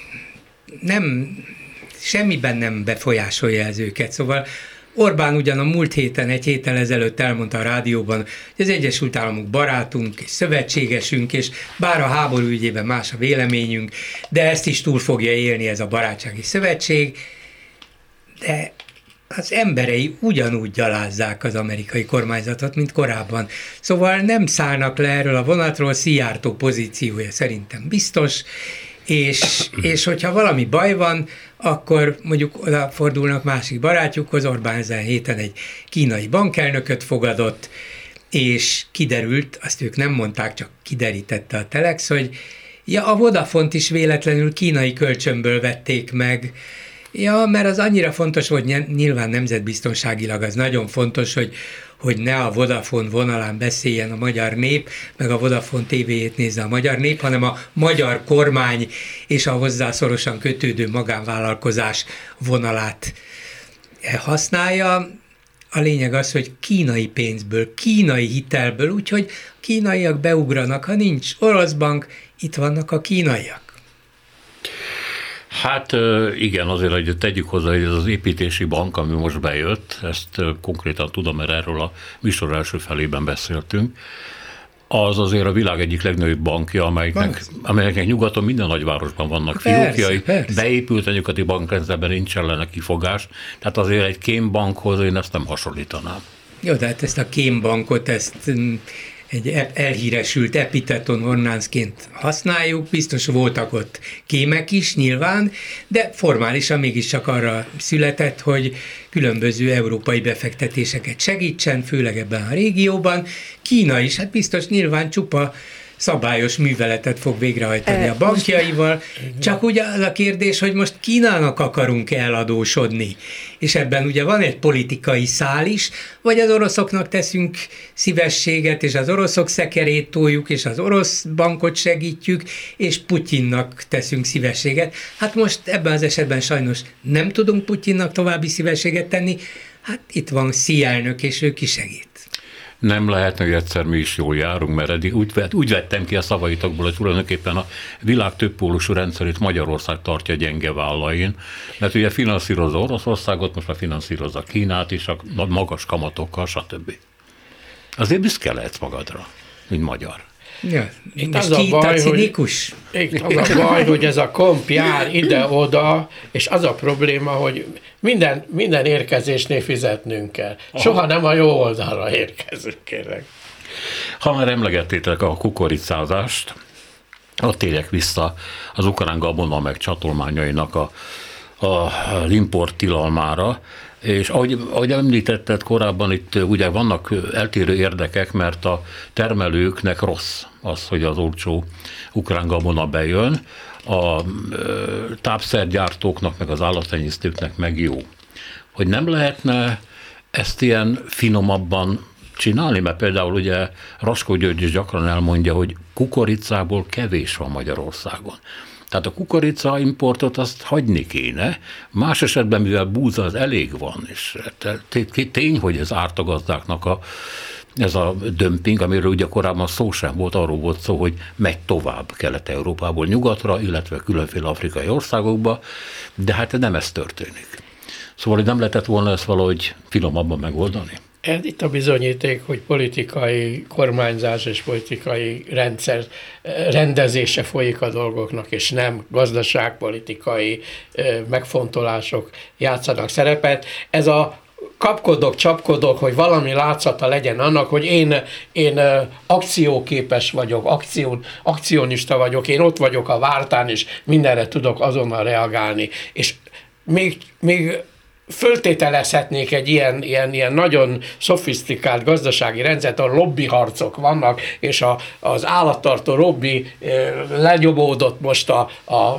semmiben nem befolyásolja ez őket. Szóval Orbán ugyan a múlt héten, egy héttel ezelőtt elmondta a rádióban, hogy az Egyesült Államok barátunk és szövetségesünk, és bár a háború ügyében más a véleményünk, de ezt is túl fogja élni ez a barátsági szövetség, de az emberei ugyanúgy gyalázzák az amerikai kormányzatot, mint korábban. Szóval nem szállnak le erről a vonatról, Szijjártó pozíciója szerintem biztos, és hogyha valami baj van, akkor mondjuk odafordulnak másik barátjukhoz. Orbán ezen héten egy kínai bankelnököt fogadott, és kiderült, azt ők nem mondták, csak kiderítette a Telex, hogy a Vodafont is véletlenül kínai kölcsönből vették meg. Ja, mert az annyira fontos, hogy nyilván nemzetbiztonságilag az nagyon fontos, hogy ne a Vodafone vonalán beszéljen a magyar nép, meg a Vodafone TV-jét nézze a magyar nép, hanem a magyar kormány és a hozzá szorosan kötődő magánvállalkozás vonalát használja. A lényeg az, hogy kínai pénzből, kínai hitelből, úgyhogy kínaiak beugranak, ha nincs orosz bank, itt vannak a kínaiak. Hát igen, azért, hogy tegyük hozzá, hogy ez az építési bank, ami most bejött, ezt konkrétan tudom, mert erről a műsor első felében beszéltünk. Az azért a világ egyik legnagyobb bankja, amelyeknek nyugaton minden nagyvárosban vannak fiókjai. Beépült a nyugati bankrendszerben, nincs ellene kifogás. Tehát azért egy kémbankhoz én ezt nem hasonlítanám. Jó, de hát ezt a kémbankot, ezt egy elhíresült epiteton ornánszként használjuk, biztos voltak ott kémek is nyilván, de formálisan mégiscsak arra született, hogy különböző európai befektetéseket segítsen, főleg ebben a régióban. Kína is, hát biztos nyilván csupa szabályos műveletet fog végrehajtani a bankjaival, csak ugye az a kérdés, hogy most Kínának akarunk eladósodni, és ebben ugye van egy politikai szál is, vagy az oroszoknak teszünk szívességet, és az oroszok szekerét toljuk, és az orosz bankot segítjük, és Putyinnak teszünk szívességet. Hát most ebben az esetben sajnos nem tudunk Putyinnak további szívességet tenni, hát itt van Xi elnök, és ő kisegít. Nem lehetne, hogy egyszer mi is jól járunk, mert eddig úgy vettem ki a szavaitokból, hogy tulajdonképpen a világ többpólusú rendszerét Magyarország tartja gyenge vállain, mert ugye finanszírozza Oroszországot, most már finanszírozza Kínát is, a magas kamatokkal, stb. Azért büszke lehetsz magadra, mint magyar. Ja, itt az a baj, hogy ez a komp jár ide-oda, és az a probléma, hogy minden érkezésnél fizetnünk kell. Soha nem a jó oldalra érkezünk, kérlek. Ha már emlegettétek a kukoricázást, ott térjek vissza az ukrán gabona meg csatolmányainak az import tilalmára, és ahogy említetted korábban, itt ugye vannak eltérő érdekek, mert a termelőknek rossz az, hogy az olcsó ukrán gabona bejön, a tápszergyártóknak, meg az állattenyésztőknek meg jó. Hogy nem lehetne ezt ilyen finomabban csinálni, mert például ugye Raskó György is gyakran elmondja, hogy kukoricából kevés van Magyarországon. Tehát a kukorica importot azt hagyni kéne, más esetben, mivel búza az elég van, és tény, hogy ez árt a gazdáknak ez a dömping, amiről ugye korábban szó sem volt, arról volt szó, hogy megy tovább Kelet-Európából nyugatra, illetve különféle afrikai országokba, de hát nem ez történik. Szóval, hogy nem lehetett volna ezt valahogy finomabban megoldani? Ez itt a bizonyíték, hogy politikai kormányzás és politikai rendszer rendezése folyik a dolgoknak, és nem gazdaságpolitikai megfontolások játszanak szerepet. Ez a kapkodok, csapkodok, hogy valami látszata legyen annak, hogy én akcióképes vagyok, akcionista vagyok, én ott vagyok a vártán, és mindenre tudok azonnal reagálni. És még föltételezhetnék egy ilyen nagyon szofisztikált gazdasági rendszert, ahol lobbyharcok vannak, és az állattartó lobby lenyomódott most a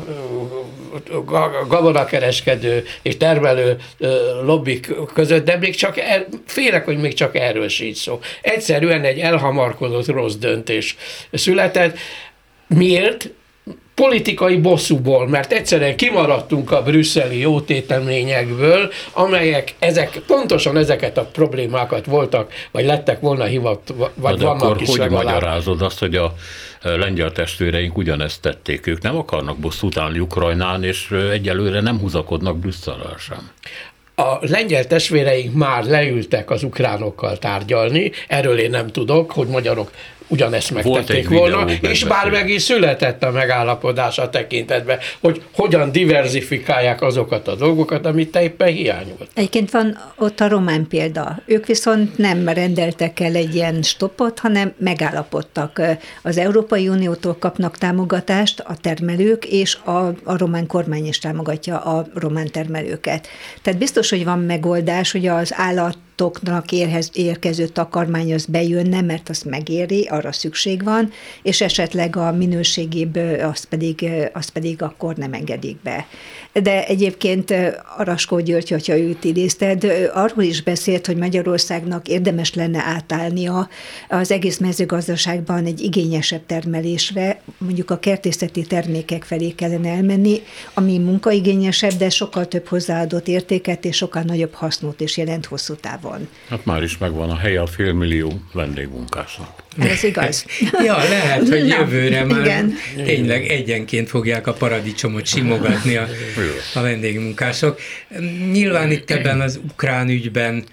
gabonakereskedő és termelő lobbik között, de még csak félek, hogy még csak erről sincs szó. Egyszerűen egy elhamarkodott rossz döntés született. Miért? Politikai bosszúból, mert egyszerűen kimaradtunk a brüsszeli jótéteményekből, amelyek pontosan ezeket a problémákat voltak, vagy lettek volna hivatva, vagy de vannak akkor is hogy legalább. magyarázod azt, hogy a lengyel testvéreink ugyanezt tették, ők nem akarnak bosszút állni Ukrajnán, és egyelőre nem húzakodnak Brüsszellel sem. A lengyel testvéreink már leültek az ukránokkal tárgyalni, erről én nem tudok, hogy magyarok ugyanezt megtették volna, és bár meg is született a megállapodás a tekintetben, hogy hogyan diverzifikálják azokat a dolgokat, amit éppen hiányoltak. Egyébként van ott a román példa. Ők viszont nem rendeltek el egy ilyen stoppot, hanem megállapodtak. Az Európai Uniótól kapnak támogatást a termelők, és a román kormány is támogatja a román termelőket. Tehát biztos, hogy van megoldás, hogy az állatoknak érkező takarmány az bejönne, mert azt megéri, arra szükség van, és esetleg a minőségébb azt pedig akkor nem engedik be. De egyébként Raskó György, hogyha őt idézted, arról is beszélt, hogy Magyarországnak érdemes lenne átállnia az egész mezőgazdaságban egy igényesebb termelésre, mondjuk a kertészeti termékek felé kellene elmenni, ami munkaigényesebb, de sokkal több hozzáadott értéket és sokkal nagyobb hasznot is jelent hosszú távon. Hát már is megvan a helye a 500 000 vendégmunkásnak. Ez igaz. Ja, lehet, hogy jövőre már igen. Tényleg egyenként fogják a paradicsomot simogatni a vendégmunkások. Nyilván itt ebben az ukrán ügyben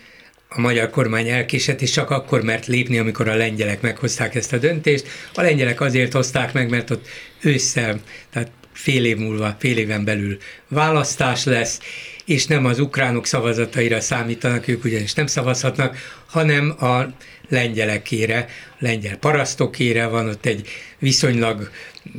a magyar kormány elkésett, és csak akkor mert lépni, amikor a lengyelek meghozták ezt a döntést. A lengyelek azért hozták meg, mert ott ősszel, tehát fél éven belül választás lesz, és nem az ukránok szavazataira számítanak, ők ugyanis nem szavazhatnak, hanem a lengyelekére, lengyel parasztokére. Van ott egy viszonylag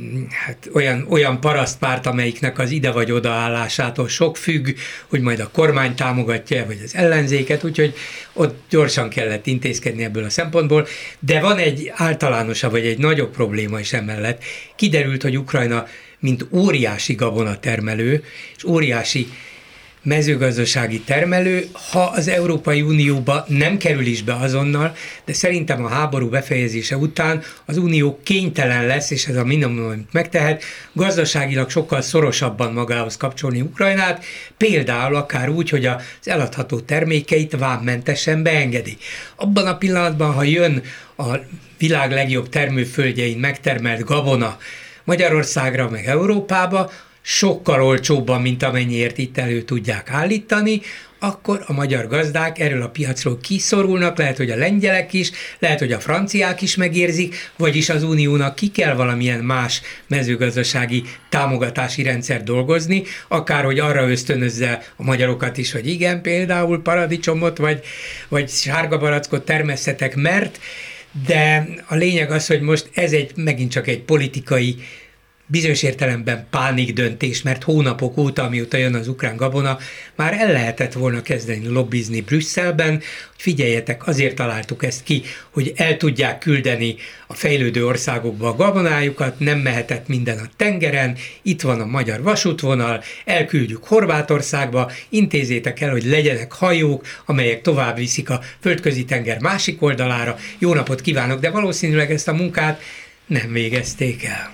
olyan parasztpárt, amelyiknek az ide vagy odaállásától sok függ, hogy majd a kormány támogatja, vagy az ellenzéket, úgyhogy ott gyorsan kellett intézkedni ebből a szempontból, de van egy általánosabb, vagy egy nagyobb probléma is emellett. Kiderült, hogy Ukrajna, mint óriási gabonatermelő, és óriási mezőgazdasági termelő, ha az Európai Unióba nem kerül is be azonnal, de szerintem a háború befejezése után az Unió kénytelen lesz, és ez a minimum, amit megtehet, gazdaságilag sokkal szorosabban magához kapcsolni Ukrajnát, például akár úgy, hogy az eladható termékeit vámmentesen beengedi. Abban a pillanatban, ha jön a világ legjobb termőföldjein megtermelt gabona Magyarországra, meg Európába, sokkal olcsóbban, mint amennyiért itt elő tudják állítani, akkor a magyar gazdák erről a piacról kiszorulnak, lehet, hogy a lengyelek is, lehet, hogy a franciák is megérzik, vagyis az Uniónak ki kell valamilyen más mezőgazdasági támogatási rendszer dolgozni, akár, hogy arra ösztönözze a magyarokat is, hogy igen, például paradicsomot vagy sárga barackot termesszetek, mert, de a lényeg az, hogy most ez megint csak egy politikai, bizonyos értelemben pánikdöntés, mert hónapok óta, amióta jön az ukrán gabona, már el lehetett volna kezdeni lobbizni Brüsszelben, hogy figyeljetek, azért találtuk ezt ki, hogy el tudják küldeni a fejlődő országokba a gabonájukat, nem mehetett minden a tengeren, itt van a magyar vasútvonal, elküldjük Horvátországba, intézzétek el, hogy legyenek hajók, amelyek tovább viszik a földközi tenger másik oldalára. Jó napot kívánok, de valószínűleg ezt a munkát nem végezték el.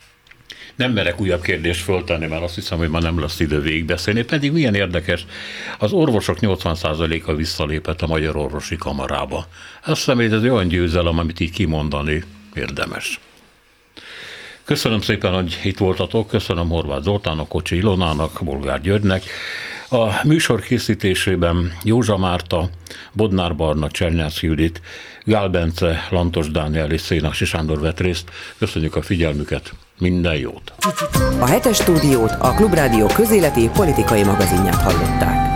Nem merek újabb kérdést föltenni, mert azt hiszem, hogy ma nem lesz idő végigbeszélni, pedig milyen érdekes, az orvosok 80%-a visszalépett a Magyar Orvosi Kamarába. Azt hiszem, hogy ez egy olyan győzelem, amit így kimondani érdemes. Köszönöm szépen, hogy itt voltatok, köszönöm Horváth Zoltánnak, Kocsi Ilonának, Bolgár Györgynek. A műsor készítésében Józsa Márta, Bodnár Barna, Csernyász Judit, Gál Bence, Lantos Dániel és Szénási Sándor vett részt. Köszönjük a figyelmüket, minden jót! A Hetes Stúdiót, a Klubrádió közéleti politikai magazinját hallották.